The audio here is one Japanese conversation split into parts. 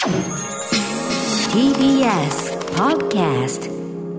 TBS Podcast。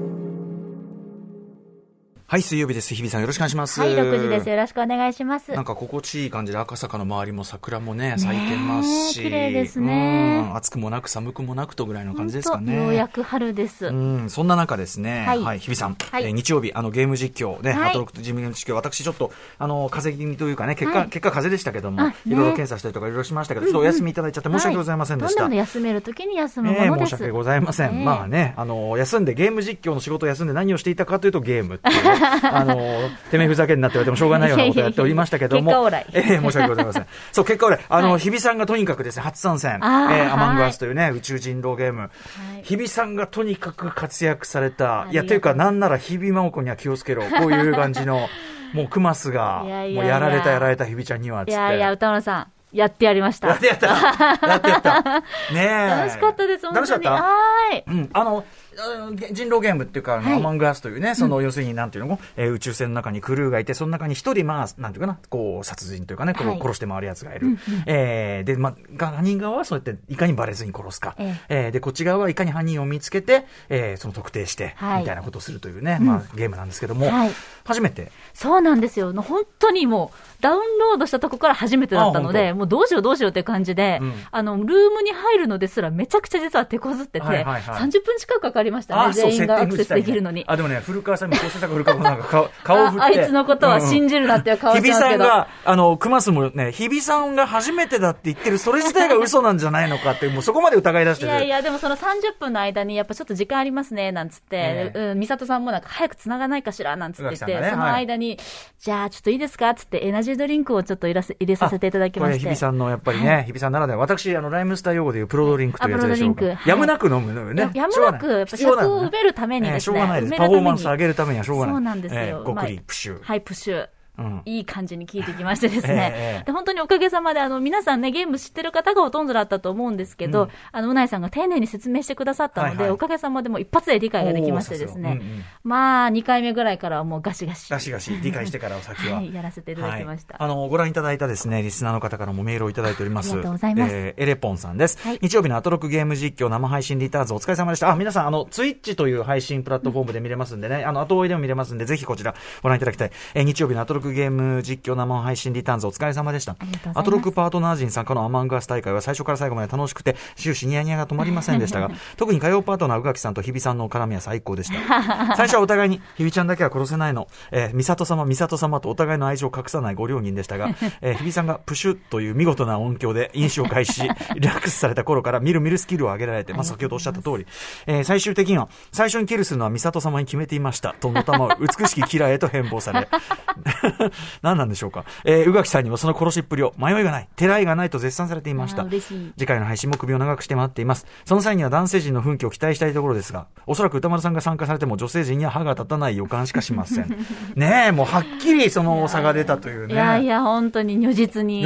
はい、水曜日です。日比さんよろしくお願いします。 はい、6時です。よろしくお願いします。 なんか心地いい感じで赤坂の周りも桜もね、咲いてますし。 綺麗ですね。 暑くもなく寒くもなくとぐらいの感じですかね。 ようやく春です。 そんな中ですね、 はい、 はい、日比さん、 はい、 日曜日、ゲーム実況ね、 はい、 アトロックゲーム実況、私ちょっと、風邪気味というかね、結果風邪でしたけども、いろいろ検査したりとかいろいろしましたけど、ちょっとお休みいただいちゃって申し訳ございませんでした。 どんなの休めるときに休むものです。 申し訳ございません。まあね、休んで、ゲーム実況の仕事を休んで何をしていたかというとゲームっていう、てめえふざけになって言われてもしょうがないようなことをやっておりましたけども、 結果オーライ。 申し訳ございません。そう、結果オーライ。日比さんがとにかくですね、初参戦、アマングアスというね、宇宙人狼ゲーム。日比さんがとにかく活躍された、いや、というか、なんなら日比真央子には気をつけろ。こういう感じの、もうクマスが、もうやられた日比ちゃんには、つって。 いや、歌丸さん。やってやりました。 やってやった。ねえ。 楽しかったです、 楽しかった。 はい。 人狼ゲームっていうか、アマングアスというね、要するになんていうの、宇宙船の中にクルーがいて、その中に一人、なんていうかな、こう、殺人というかね、殺して回る奴がいる。で、犯人側はそうやって、いかにバレずに殺すか。で、こっち側はいかに犯人を見つけて、その特定して、みたいなことをするというね、ゲームなんですけども、初めて。 そうなんですよ。本当にもう、ダウンロードしたとこから初めてだったので、もうどうしようって感じで、ルームに入るのですらめちゃくちゃ実は手こずってて、30分近くかかりましたね、全員がアクセスできるのに。 でもね、古川さんも、古川さんなんか顔を振って。 あいつのことは信じるなっていう顔してますけど。 日比さんが、クマスもね、日比さんが初めてだって言ってる、それ自体が嘘なんじゃないのかって、もうそこまで疑い出してる。 いや、でもその30分の間に、やっぱちょっと時間ありますね、なんつって、美里さんもなんか早く繋がないかしら、なんつって言って、その間に、じゃあちょっといいですかつってエナジードリンクをちょっと入れさせていただきまして。 日比さんのやっぱりね、日比さんならでは、私、ライムスター用語でいうプロドリンクというやつでしょうか。やむなく飲むのよね。 やむなく、やっぱ尺を埋めるためにですね。 しょうがないです。パフォーマンス上げるためにはしょうがない。 そうなんですよ。 ごくり、プシュ。 はい、プシュ。いい感じに聞いてきましてですね。で、本当におかげさまで、皆さんね、ゲーム知ってる方がほとんどだったと思うんですけど、うないさんが丁寧に説明してくださったので、おかげさまでもう一発で理解ができましてですね。2回目ぐらいからはもうガシガシ、 理解してからお先は。 やらせていただきました。 ご覧いただいたですね、リスナーの方からもメールをいただいております。 ありがとうございます。 エレポンさんです。日曜日のアトロックゲーム実況生配信リターンズお疲れ様でした。皆さん、ツイッチという配信プラットフォームで見れますんでね、後追いでも見れますんで、ぜひこちらご覧いただきたい。日曜日のアトロックゲーム実況生配信リターンズお疲れ様でした。アトロックパートナー陣参加のアマングアス大会は最初から最後まで楽しくて終始ニヤニヤが止まりませんでしたが特に火曜パートナー宇垣さんと日比さんの絡みは最高でした。最初はお互いに日比ちゃんだけは殺せないの、美里様とお互いの愛情を隠さないご両人でしたが、日比さんがプシュという見事な音響で飲酒を開始しリラックスされた頃からみるみるスキルを上げられて、先ほどおっしゃった通り、最終的には最初にキルするのは美里様に決めていましたとのたまを美しきキラーへと変貌され何なんでしょうか。宇垣さんにもその殺しっぷりを迷いがない、てらいがないと絶賛されていました。次回の配信も首を長くして待っています。その際には男性陣の奮起を期待したいところですが、おそらく歌丸さんが参加されても女性陣には歯が立たない予感しかしませんねえ、もうはっきりその差が出たというね。 いや本当に如実に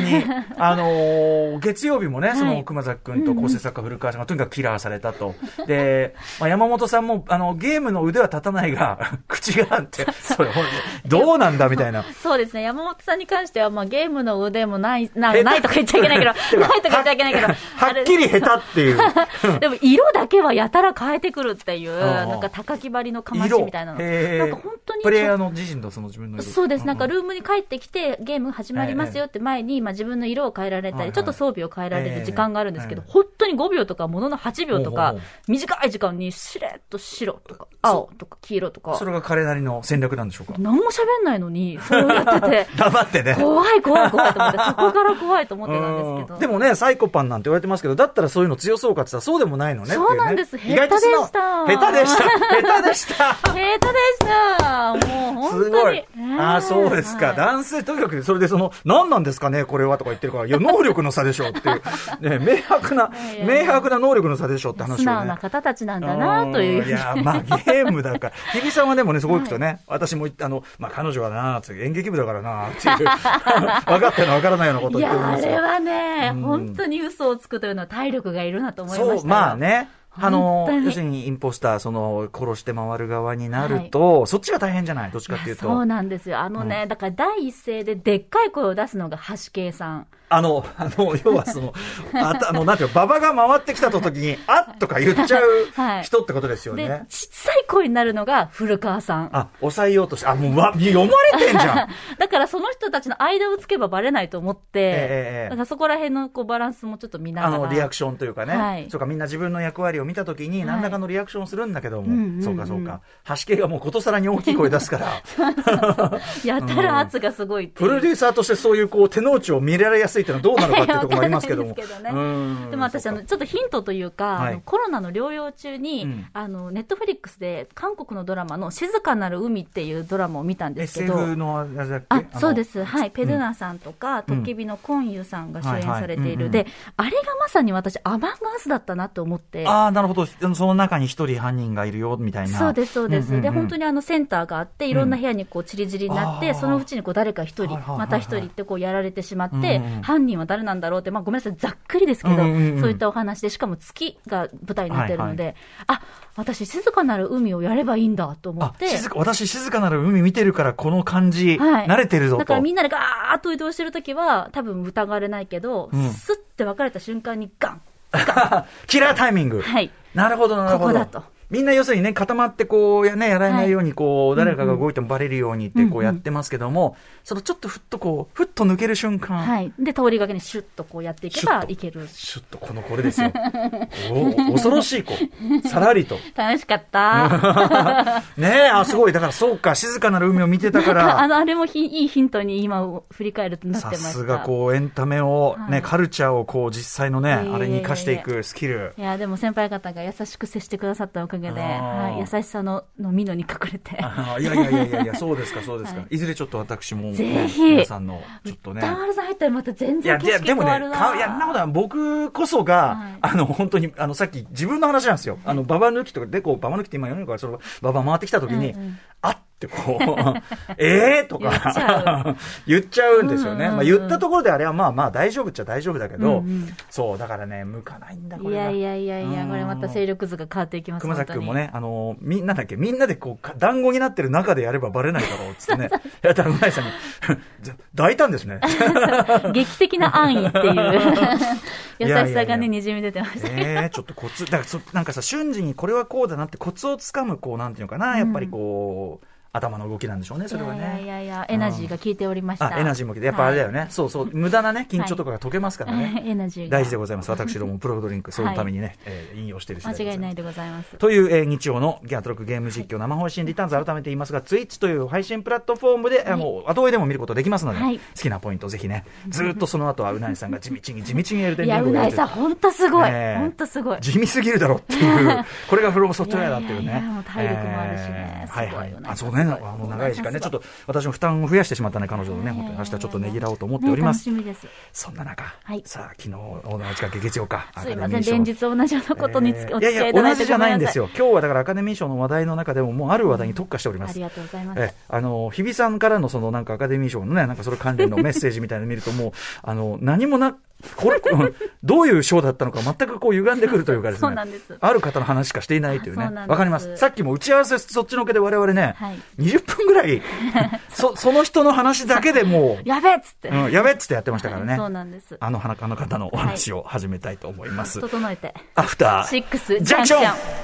月曜日もね、その熊崎君と構成作家古川さんがとにかくキラーされたと。で、山本さんもゲームの腕は立たないが口があってそれどうなんだみたいな。 そうですね、山本さんに関してはゲームの腕もないとか言っちゃいけないけどはっきり下手っていうでも色だけはやたら変えてくるっていう、なんか高木張りのかましみたいなの、なんか本当にプレイヤーの自身のその自分の色。 そうです、なんかルームに帰ってきてゲーム始まりますよって前に、自分の色を変えられたり、ちょっと装備を変えられる時間があるんですけど、本当に5秒とかものの8秒とか短い時間にしれっと白とか青とか黄色とか。 それが彼なりの戦略なんでしょうか。 何も喋んないのにそうやってて黙ってね、 怖いと思って、そこから怖いと思ってたんですけど。 でもね、サイコパンなんて言われてますけど、だったらそういうの強そうかって言ったらそうでもないのね。 そうなんです。下手でした。 もう本当に。 そうですか。男性とにかくそれで何なんですかねこれはとか言ってるから、いや能力の差でしょっていうね、明白な能力の差でしょって話をね。 素直な方たちなんだなという。 いやゲームだから。日比さんはでもね、そこ行くとね、私も彼女はな演劇部だからなっていう分かったような分からないようなことを言ってるんですよ。 あれはね、本当に嘘をつくというのは体力がいるなと思いましたよ。 そう、ね。 要するにインポスター、殺して回る側になると、そっちが大変じゃない？どっちかっていうと。 そうなんですよ。だから第一声ででっかい声を出すのが橋系さん。 要はなんていうの、馬場が回ってきた時に、あっとか言っちゃう人ってことですよね。 で、ちっさい声になるのが古川さん。 抑えようとして、もう読まれてんじゃん。 だからその人たちの間をつけばバレないと思って、だからそこら辺のバランスもちょっと見ながら。 リアクションというかね。そうか、みんな自分の役割を見た時に何らかのリアクションをするんだけども、そうかそうか。橋系がもうことさらに大きい声出すから。 やたら圧がすごいっていう。 プロデューサーとしてそういう手の内を見られやすいっていうのはどうなのかっていうところもありますけども。 でも私ちょっとヒントというか、コロナの療養中に、ネットフリックスで韓国のドラマの静かなる海っていうドラマを見たんですけど。 SF のあれだっけ？ そうです。はい。ペドゥナさんとか、トッケビのコンユさんが主演されている。で、あれがまさに私、アバンガースだったなと思って。 なるほど。その中に一人犯人がいるよ、みたいな。 そうです、そうです。で、本当にセンターがあって、いろんな部屋にチリジリになって、そのうちに誰か一人、また一人ってやられてしまって、犯人は誰なんだろうって、ごめんなさい、ざっくりですけど、そういったお話で、しかも月が舞台になってるので、私、静かなる海をやればいいんだと思って。 私、静かなる海見てるから、この感じ、慣れてるぞと。 だからみんなでガーッと移動してるときは、多分疑われないけど、スッて別れた瞬間にガンキラータイミング。 はい。 なるほど、なるほど。 ここだと。 みんな要するにね、固まってやられないように誰かが動いてもバレるようにってやってますけども、ちょっとふっと抜ける瞬間。 はい。で、通りがけにシュッとやっていけばいける。 シュッとこれですよ。恐ろしいさらりと。 楽しかった。 ねえ、すごい。だからそうか、静かなる海を見てたから。 あれもいいヒントに今振り返るとなってました。 さすがエンタメをね、カルチャーを実際のね、あれに生かしていくスキル。 いや、でも先輩方が優しく接してくださったおかげで、優しさの美濃に隠れて。 いや、そうですか。いずれちょっと私も、 ぜひ、 皆さんの、ちょっとね。 歌丸さん入ったらまた全然景色変わるな。 いや、そんなことは僕こそが、本当に、さっき自分の話なんですよ。馬場抜きとかで、馬場抜きって今言うのから、馬場回ってきた時に、ってとか言っちゃうんですよね。言ったところであれはまあ大丈夫っちゃ大丈夫だけど、そうだからね、向かないんだこれが。 いやこれまた勢力図が変わっていきます。 熊崎君もね、みんなで団子になってる中でやればバレないだろうっつってね。やったらうないさんに大胆ですね。 劇的な安易っていう優しさがねにじみ出てました。 ちょっとコツだからなんかさ、瞬時にこれはこうだなってコツをつかむなんていうのかな、やっぱり頭の動きなんでしょうね、それはね。 いや、エナジーが効いておりました。 エナジーも効いて、やっぱあれだよね。そう、無駄なね、緊張とかが解けますからね。 エナジー大事でございます。私どもプロドリンク、そのためにね、引用している間違いないでございます。 という、日曜のアトロックゲーム実況生配信リターンズ、改めて言いますが、ツイッチという配信プラットフォームで、後追いでも見ることできますので、好きなポイントぜひね、ずっとその後はうないさんが地道にエルデンリングをやってる。 いや、うないさん、ほんとすごい。ほんとすごい。 地味すぎるだろっていう、これがフロムソフトウェアだっていうね。 もう体力もあるしね。 そうね、長い時間ね、ちょっと私も負担を増やしてしまったね、彼女のね、本当に明日ちょっとねぎらおうと思っております。 楽しみです。 そんな中、さあ、昨日、お打ち掛け月曜か。 すいません、連日同じようなことにお付き合いいただいてごめんなさい。 同じじゃないんですよ。今日はだからアカデミー賞の話題の中でも、もうある話題に特化しております。 ありがとうございます。 日比さんからのなんかアカデミー賞のね、なんかそれ関連のメッセージみたいなの見ると、もう、何もこれ、どういう賞だったのか全く歪んでくるというかですね。 そうなんです。 ある方の話しかしていないというね。わかります。さっきも打ち合わせそっちのけで我々ね、20分ぐらい、その人の話だけでもう、 やべえっつって。 やべえっつってやってましたからね。 そうなんです。 あの方のお話を始めたいと思います。 整えて。 アフターシックスジャンクション。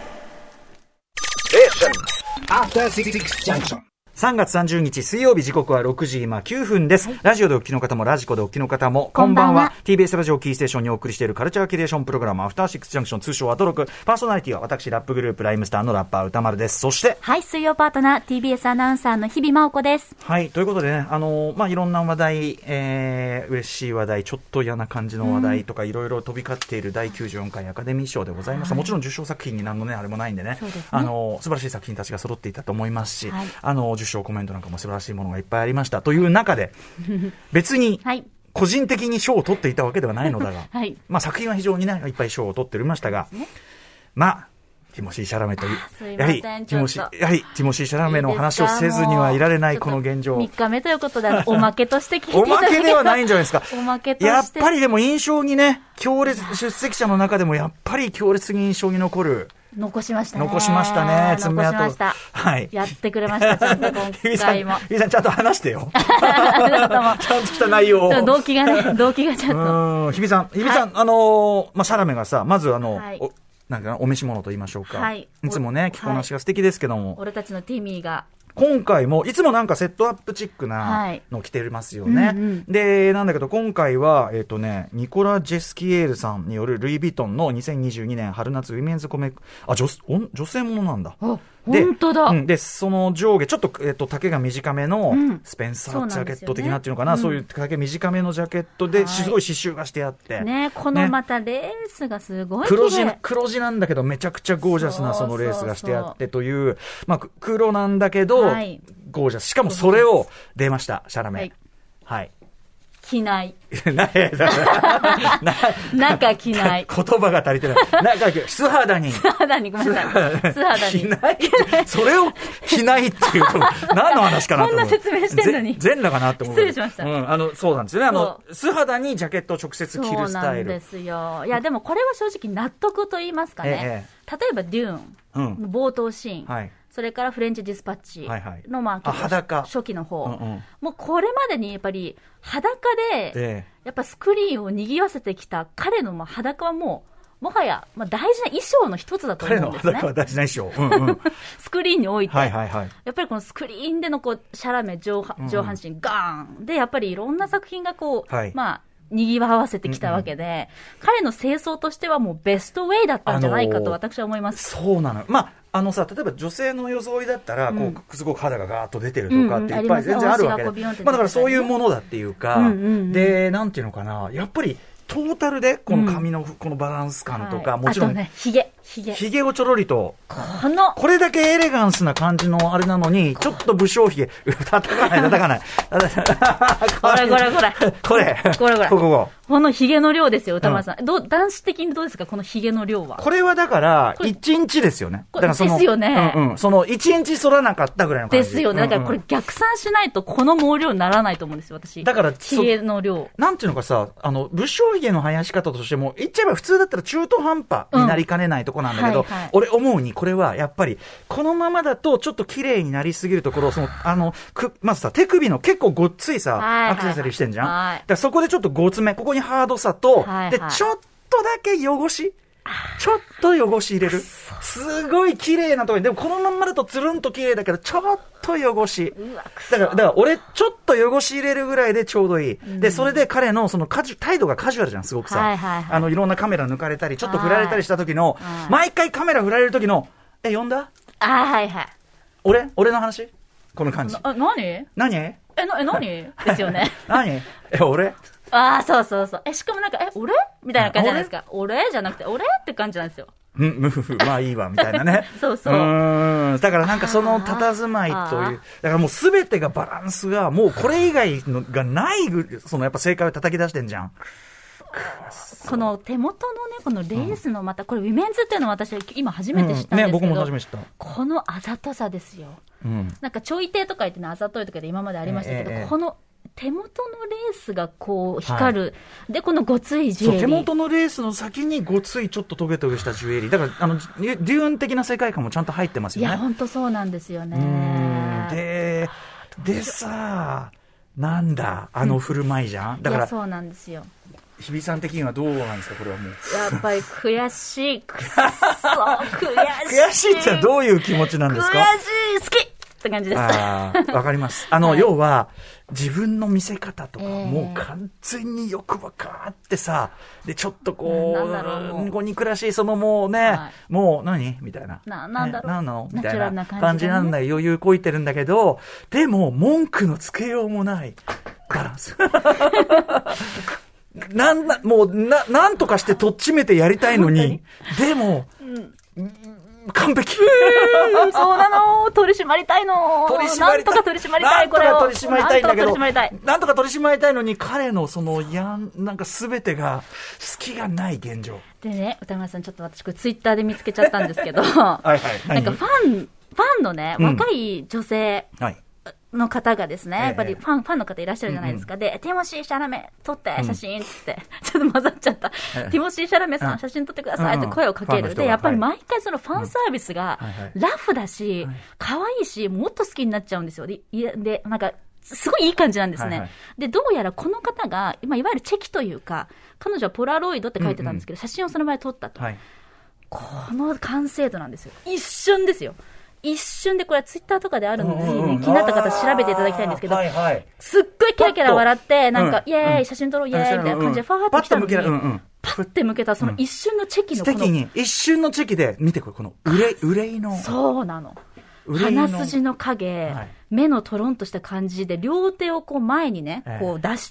アフターシックスジャンクション。 3月30日水曜日、時刻は6時今9分です。ラジオでお聞きの方もラジコでお聞きの方もこんばんは。TBS ラジオキーステーションにお送りしているカルチャーキュレーションプログラム、アフターシックスジャンクション、通称アトロク。パーソナリティは私、ラップグループライムスターのラッパー歌丸です。そしてはい、水曜パートナー TBS アナウンサーの日々真央子です。 はい、ということでね、いろんな話題、嬉しい話題、ちょっと嫌な感じの話題とかいろいろ飛び交っている第94回アカデミー賞でございました。もちろん受賞作品に何のねあれもないんでね、 そうですね、 素晴らしい作品たちが揃っていたと思いますし、受賞コメントなんかも素晴らしいものがいっぱいありましたという中で、別に個人的に賞を取っていたわけではないのだが、作品は非常にねいっぱい賞を取っておりましたが、 ティモシー・シャラメという、 すいません、 やはりティモシー・シャラメのいい話をせずにはいられないこの現状。 3日目ということで、おまけとして聞いていただおまけではないんじゃないですか。 おまけとして。 やっぱりでも印象にね、出席者の中でもやっぱり強烈に印象に残る。 残しましたね。 残しましたね、爪痕。 残しました。 はい。 やってくれました、ちゃんと今回も。 日比さん、ちゃんと話してよ。ちゃんとした内容を。 動機がちょっと。 日比さん、シャラメがさ、まずなんかお召し物と言いましょうか。はい。いつもね、着こなしが素敵ですけども。 俺たちのティミーが。 今回も、いつもなんかセットアップチックなの着てますよね。で、なんだけど今回は、ニコラ・ジェスキエールさんによるルイ・ヴィトンの2022年春夏ウィメンズコメ女性ものなんだ。 本当だ。 で、その上下、ちょっと丈が短めの、スペンサージャケット的なっていうのかな、そういう丈短めのジャケットで、すごい刺繍がしてあって。 ね、このまたレースがすごい綺麗。 黒地なんだけど、めちゃくちゃゴージャスなそのレースがしてあってという、黒なんだけど、ゴージャス。しかもそれを出ました、シャラメ。はい。 着ない。中着ない。 言葉が足りてない。素肌に。 ごめんなさい。素肌に。 着ない。それを着ないっていうと、何の話かなと思う。 こんな説明してんのに。 全裸かなって思う。 失礼しました。 そうなんですよね。素肌にジャケットを直接着るスタイル。 そうなんですよ。いや、でもこれは正直納得と言いますかね。例えばデューンの冒頭シーン。それからフレンチディスパッチの初期の方、もうこれまでにやっぱり裸でやっぱスクリーンを賑わせてきた彼の裸はもはや大事な衣装の一つだと思うんですね。 彼の裸は大事な衣装。 スクリーンにおいて、やっぱりこのスクリーンでのシャラメ上半身ガーンでやっぱりいろんな作品が賑わせてきたわけで、彼の清掃としてはもうベストウェイだったんじゃないかと私は思います。 そうなの。例えば女性の装いだったら、すごく肌がガーッと出てるとかっていっぱい全然あるわけで。だからそういうものだっていうか、で、なんていうのかな、やっぱりトータルで、この髪のこのバランス感とか、もちろん。 あとね、髭をちょろりと。これだけエレガンスな感じのあれなのに、ちょっと武将髭。叩かない。これ。この髭の量ですよ、歌丸さん。男子的にどうですか、この髭の量は。 これはだから、1日ですよね。 ですよね。 その1日剃らなかったぐらいの感じ。 ですよね。だからこれ逆算しないと、この毛量にならないと思うんですよ、私。 だから、 髭の量。 なんていうのかさ、武将髭の生やし方としても、言っちゃえば普通だったら中途半端になりかねないとこなんだけど、俺思うに、これはやっぱり、このままだとちょっと綺麗になりすぎるところ、まずさ、手首の結構ごっついさ、アクセサリーしてんじゃん。だからそこでちょっとごつめ、ここにハードさと、で、ちょっとだけ汚し入れる。すごい綺麗なところに、でもこのまんまだとつるんと綺麗だけど、ちょっと汚し。だから俺、ちょっと汚し入れるぐらいでちょうどいい。で、それで彼のその態度がカジュアルじゃん、すごくさ。いろんなカメラ抜かれたり、ちょっと振られたりした時の、毎回カメラ振られる時の、呼んだ？俺の話？この感じ。 何ですよね。 何？俺？ そう。しかもなんか、俺みたいな感じじゃないですか。俺じゃなくて、俺って感じなんですよ。 まあいいわ、みたいなね。 そう。だからなんかその佇まいという、だからもうすべてがバランスが、もうこれ以外のがない、やっぱ正解を叩き出してんじゃん。 この手元のね、このレースのまた、これウィメンズっていうのは私今初めて知ったんですけど、 僕も初めて知った。 このあざとさですよ。なんかちょい手とか言ってね、あざといとかで今までありましたけど、この手元のレースがこう光る、でこのごついジュエリー、 手元のレースの先にごついちょっとトゲトゲしたジュエリーだからデューン的な世界観もちゃんと入ってますよね。 いや本当そうなんですよね。 でさなんだ振る舞いじゃん。だからそうなんですよ。 日比さん的にはどうなんですか、これはもう。 やっぱり悔しい。悔しいってどういう気持ちなんですか。 悔しい、好きって感じです。 わかります。要は、自分の見せ方とか、もう完全によくわかってさ、で、ちょっと憎らしい、もうね、もう何みたいな。 なんだろう。 なんなのみたいな感じなんだよ。余裕こいてるんだけど、でも、文句のつけようもないバランス。もう、なんとかしてとっちめてやりたいのに、でも、完璧。 そうなの。取り締まりたいの。なんとか取り締まりたい、これを。 なんとか取り締まりたいんだけど、なんとか取り締まりたいのに、彼のなんか全てが、隙がない現状。 でね、歌丸さん、ちょっと私、これツイッターで見つけちゃったんですけど、 はいはい、 なんかファンのね、若い女性の方がですね、やっぱりファンの方いらっしゃるじゃないですか。で、ティモシー・シャラメ、撮って写真って、ちょっと混ざっちゃった。ティモシー・シャラメさん、写真撮ってくださいって声をかける。で、やっぱり毎回そのファンサービスがラフだし、可愛いし、もっと好きになっちゃうんですよ。で、なんか、すごいいい感じなんですね。で、どうやらこの方が、いわゆるチェキというか、彼女はポラロイドって書いてたんですけど、写真をその場で撮ったと。この完成度なんですよ。一瞬ですよ。一瞬で、これはツイッターとかであるので、気になった方調べていただきたいんですけど、すっごいキラキラ笑って、なんか、イエーイ、写真撮ろう、イエーイみたいな感じで、ファーって来たのに、パッて向けた、その一瞬のチェキのこの。 一瞬のチェキで、見てこれ、この憂いの。 そうなの。鼻筋の影、目のトロンとした感じで、両手をこう前にね、こう出して、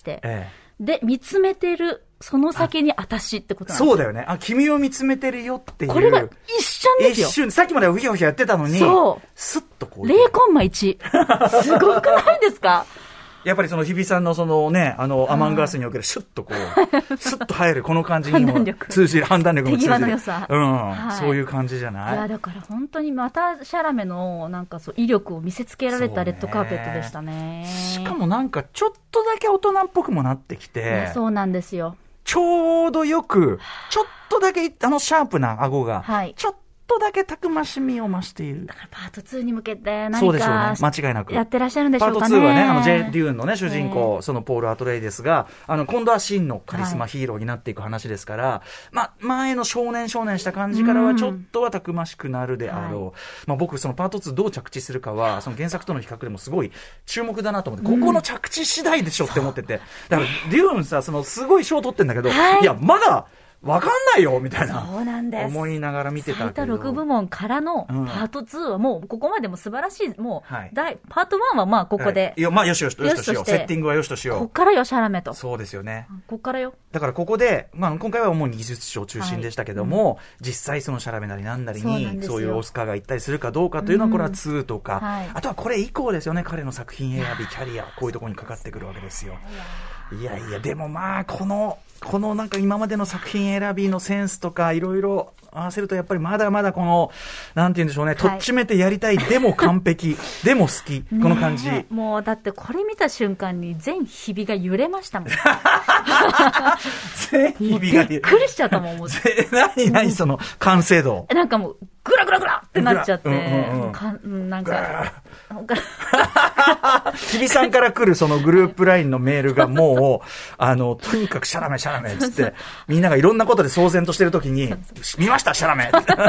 で、見つめてる、その先に私ってことなんですよ。 そうだよね。君を見つめてるよっていう。 これが一瞬ですよ。 一瞬。さっきまではウヒョウヒョやってたのに、 そう。 スッとこう。 0コンマ1。すごくないですか？ やっぱりその日比さんのそのね、アマンガースにおけるシュッとこう、スッと入るこの感じにも通じる、判断力も通じる。 手際の良さ。 そういう感じじゃない？ いや、だから本当にまたシャラメのなんかそう威力を見せつけられたレッドカーペットでしたね。 しかもなんかちょっとだけ大人っぽくもなってきて。 そうなんですよ。 ちょうどよく、ちょっとだけシャープな顎が、ちょっとだけたくましみを増している。 だからパート2に向けて何かそうでしょうね。間違いなく。 やってらっしゃるんでしょうかね。 パート2はね、ジェイ・デューンのね、主人公、そのポール・アトレイですが、今度は真のカリスマヒーローになっていく話ですから、前の少年した感じからはちょっとはたくましくなるであろう。僕、そのパート2どう着地するかは、その原作との比較でもすごい注目だなと思って、ここの着地次第でしょって思ってて。だから、デューンさ、すごい賞を取ってんだけど、いや、まだ、わかんないよみたいな。 そうなんです。 思いながら見てたけど。 最多6部門からのパート2はもうここまでも素晴らしい。もう、パート1はまあここで。 いや、まあよしとしよう。セッティングはよしとしよう。 こっからよ、シャラメと。 そうですよね。 こっからよ。 だからここで、今回は主に技術賞中心でしたけども、実際そのシャラメなりなんなりに、そういうオスカーが行ったりするかどうかというのは、これは2とか、あとはこれ以降ですよね、彼の作品選び、キャリア、こういうところにかかってくるわけですよ。いやいや、でもまあ、このなんか今までの作品選びのセンスとかいろいろ合わせるとやっぱりまだまだこのなんて言うんでしょうね、とっちめてやりたい、でも完璧でも好き、この感じ、 もうだってこれ見た瞬間に全日々が揺れましたもん全日々がびっくりしちゃったもん何その完成度、 なんかもうグラグラグラってなっちゃって、なんか日比さんから来るそのグループラインのメールがもうとにかくシャラメシャラメっつってみんながいろんなことで騒然としてるときに見ましたシャラメ来て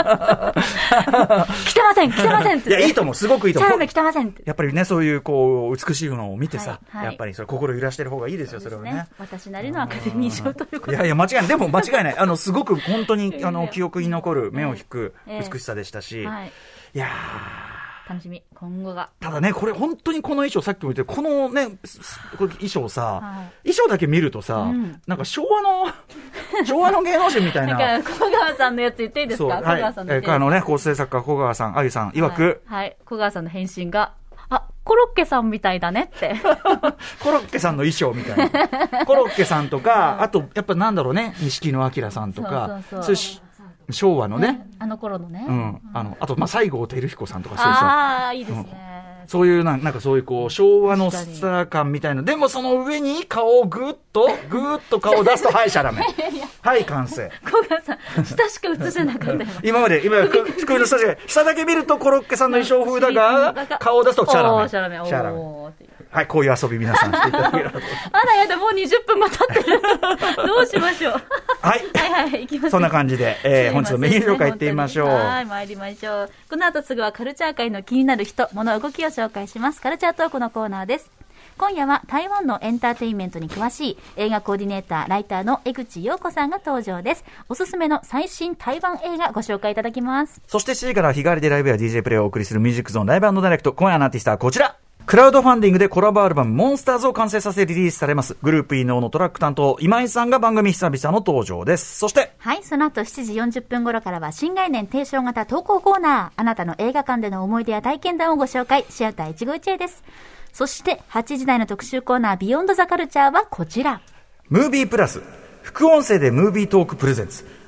ませんっていやいいと思う、すごくいいと思う、 シャラメ来てませんって、 やっぱりね、そういうこう美しいのを見てさ、やっぱりそれ心揺らしてる方がいいですよ、それをね。 私なりのアカデミー賞ということで、 いや間違いない、でも間違いないすごく本当に記憶に残る目を引く美しさでしたし、いや楽しみ、今後が。 ただね、これ本当にこの衣装、さっきも言ってこのね衣装さ、衣装だけ見るとさ、なんか昭和の芸能人みたいな。 なんか小川さんのやつ言っていいですか？小川さんのね、構成作家小川さん、あゆさん曰く、 小川さんの返信が、コロッケさんみたいだねってコロッケさんの衣装みたいなコロッケさんとか、あとやっぱなんだろうね、錦野旦さんとか、そう昭和のね、 あの頃のね、 あと西郷輝彦さんとか、そういうさ、 いいですね、 そういうなんかそういうこう昭和のスター感みたいな、でもその上に顔をぐーっと顔を出すとはいシャラメはい完成。 小川さん下しか映せなかったよ今まで机の下だけ見るとコロッケさんの衣装風だが顔を出すとシャラメはい、こういう遊び皆さんしていただければと。 やだ、もう20分も経ってる。どうしましょう。 はい。行きます。そんな感じで、本日のメニュー紹介いってみましょう。 はい、参りましょう。この後すぐはカルチャー界の気になる人、物、動きを紹介します。カルチャートークのコーナーです。今夜は台湾のエンターテインメントに詳しい映画コーディネーター、ライターの江口洋子さんが登場です。おすすめの最新台湾映画ご紹介いただきます。 そして7時から日替わりでライブや DJ プレイをお送りするミュージックゾーンライブ&ダイレクト。今夜のアーティストはこちら。クラウドファンディングでコラボアルバムモンスターズを完成させリリースされます。グループ異能のトラック担当今井さんが番組久々の登場です。そしてその後7時40分頃からは新概念提唱型投稿コーナー、あなたの映画館での思い出や体験談をご紹介、シアター一期一会です。そして8時台の特集コーナービヨンドザカルチャーはこちら、 ムービープラス副音声でムービートークプレゼンツ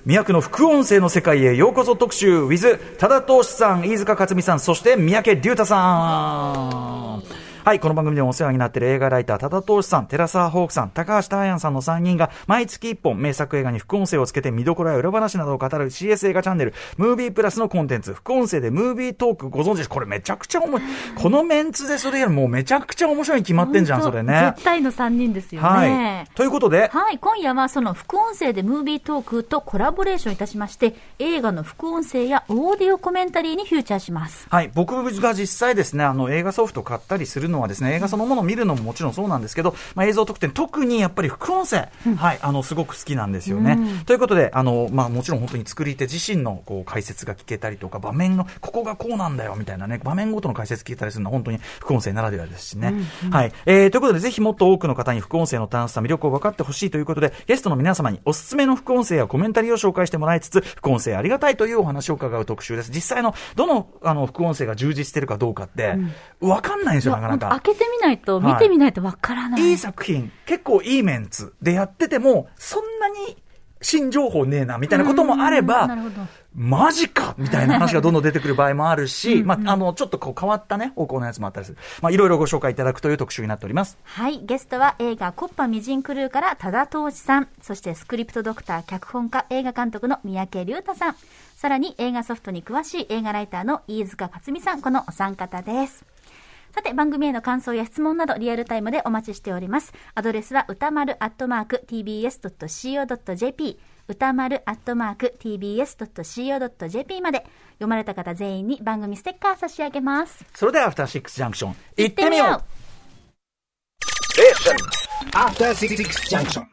三宅の副音声の世界へようこそ特集 with 多田投資さん、飯塚克美さん、そして三宅龍太さん。はい、この番組でもお世話になっている映画ライター多田投資さん、寺澤ホークさん、高橋大安さんの3人が毎月1本名作映画に副音声をつけて見どころや裏話などを語る CS 映画チャンネルムービープラスのコンテンツ、副音声でムービートーク、ご存知です。これめちゃくちゃこのメンツでそれやるもうめちゃくちゃ面白いに決まってんじゃん、それね。 絶対の3人ですよね。 はい。ということで、 はい、今夜はその副音声でムービートークとコラボレーションいたしまして、映画の副音声やオーディオコメンタリーにフューチャーします。はい、 僕が実際ですね、映画ソフト買ったりするのはですね、映画そのものを見るのももちろんそうなんですけど、映像特典、特にやっぱり副音声、はい、すごく好きなんですよね。ということで、もちろん本当に作り手自身のこう解説が聞けたりとか、場面のここがこうなんだよみたいなね、場面ごとの解説聞けたりするのは本当に副音声ならではですしね。はい、ということで、ぜひもっと多くの方に副音声の楽しさ、魅力を分かってほしいということで、ゲストの皆様におすすめの副音声やコメンタリーを紹介してもらいつつ、副音声ありがたいというお話を伺う特集です。実際のどの副音声が充実しているかどうかって分かんないんですよ、なかなか。 開けてみないと、見てみないと分からない。 いい作品、結構いいメンツでやってても、そんなに新情報ねえなみたいなこともあれば、マジかみたいな話がどんどん出てくる場合もあるし、ちょっとこう変わったね、方向のやつもあったりする。いろいろご紹介いただくという特集になっております。 はい、ゲストは映画コッパみじんクルーから多田投資さん、そしてスクリプトドクター、脚本家、映画監督の三宅龍太さん、さらに映画ソフトに詳しい映画ライターの飯塚克美さん、このお三方です。さて、番組への感想や質問などリアルタイムでお待ちしております。アドレスは歌丸@tbs.co.jp、歌丸@tbs.co.jp まで。読まれた方全員に番組ステッカー差し上げます。 それではアフターシックスジャンクション行ってみよう。 After 66 junction.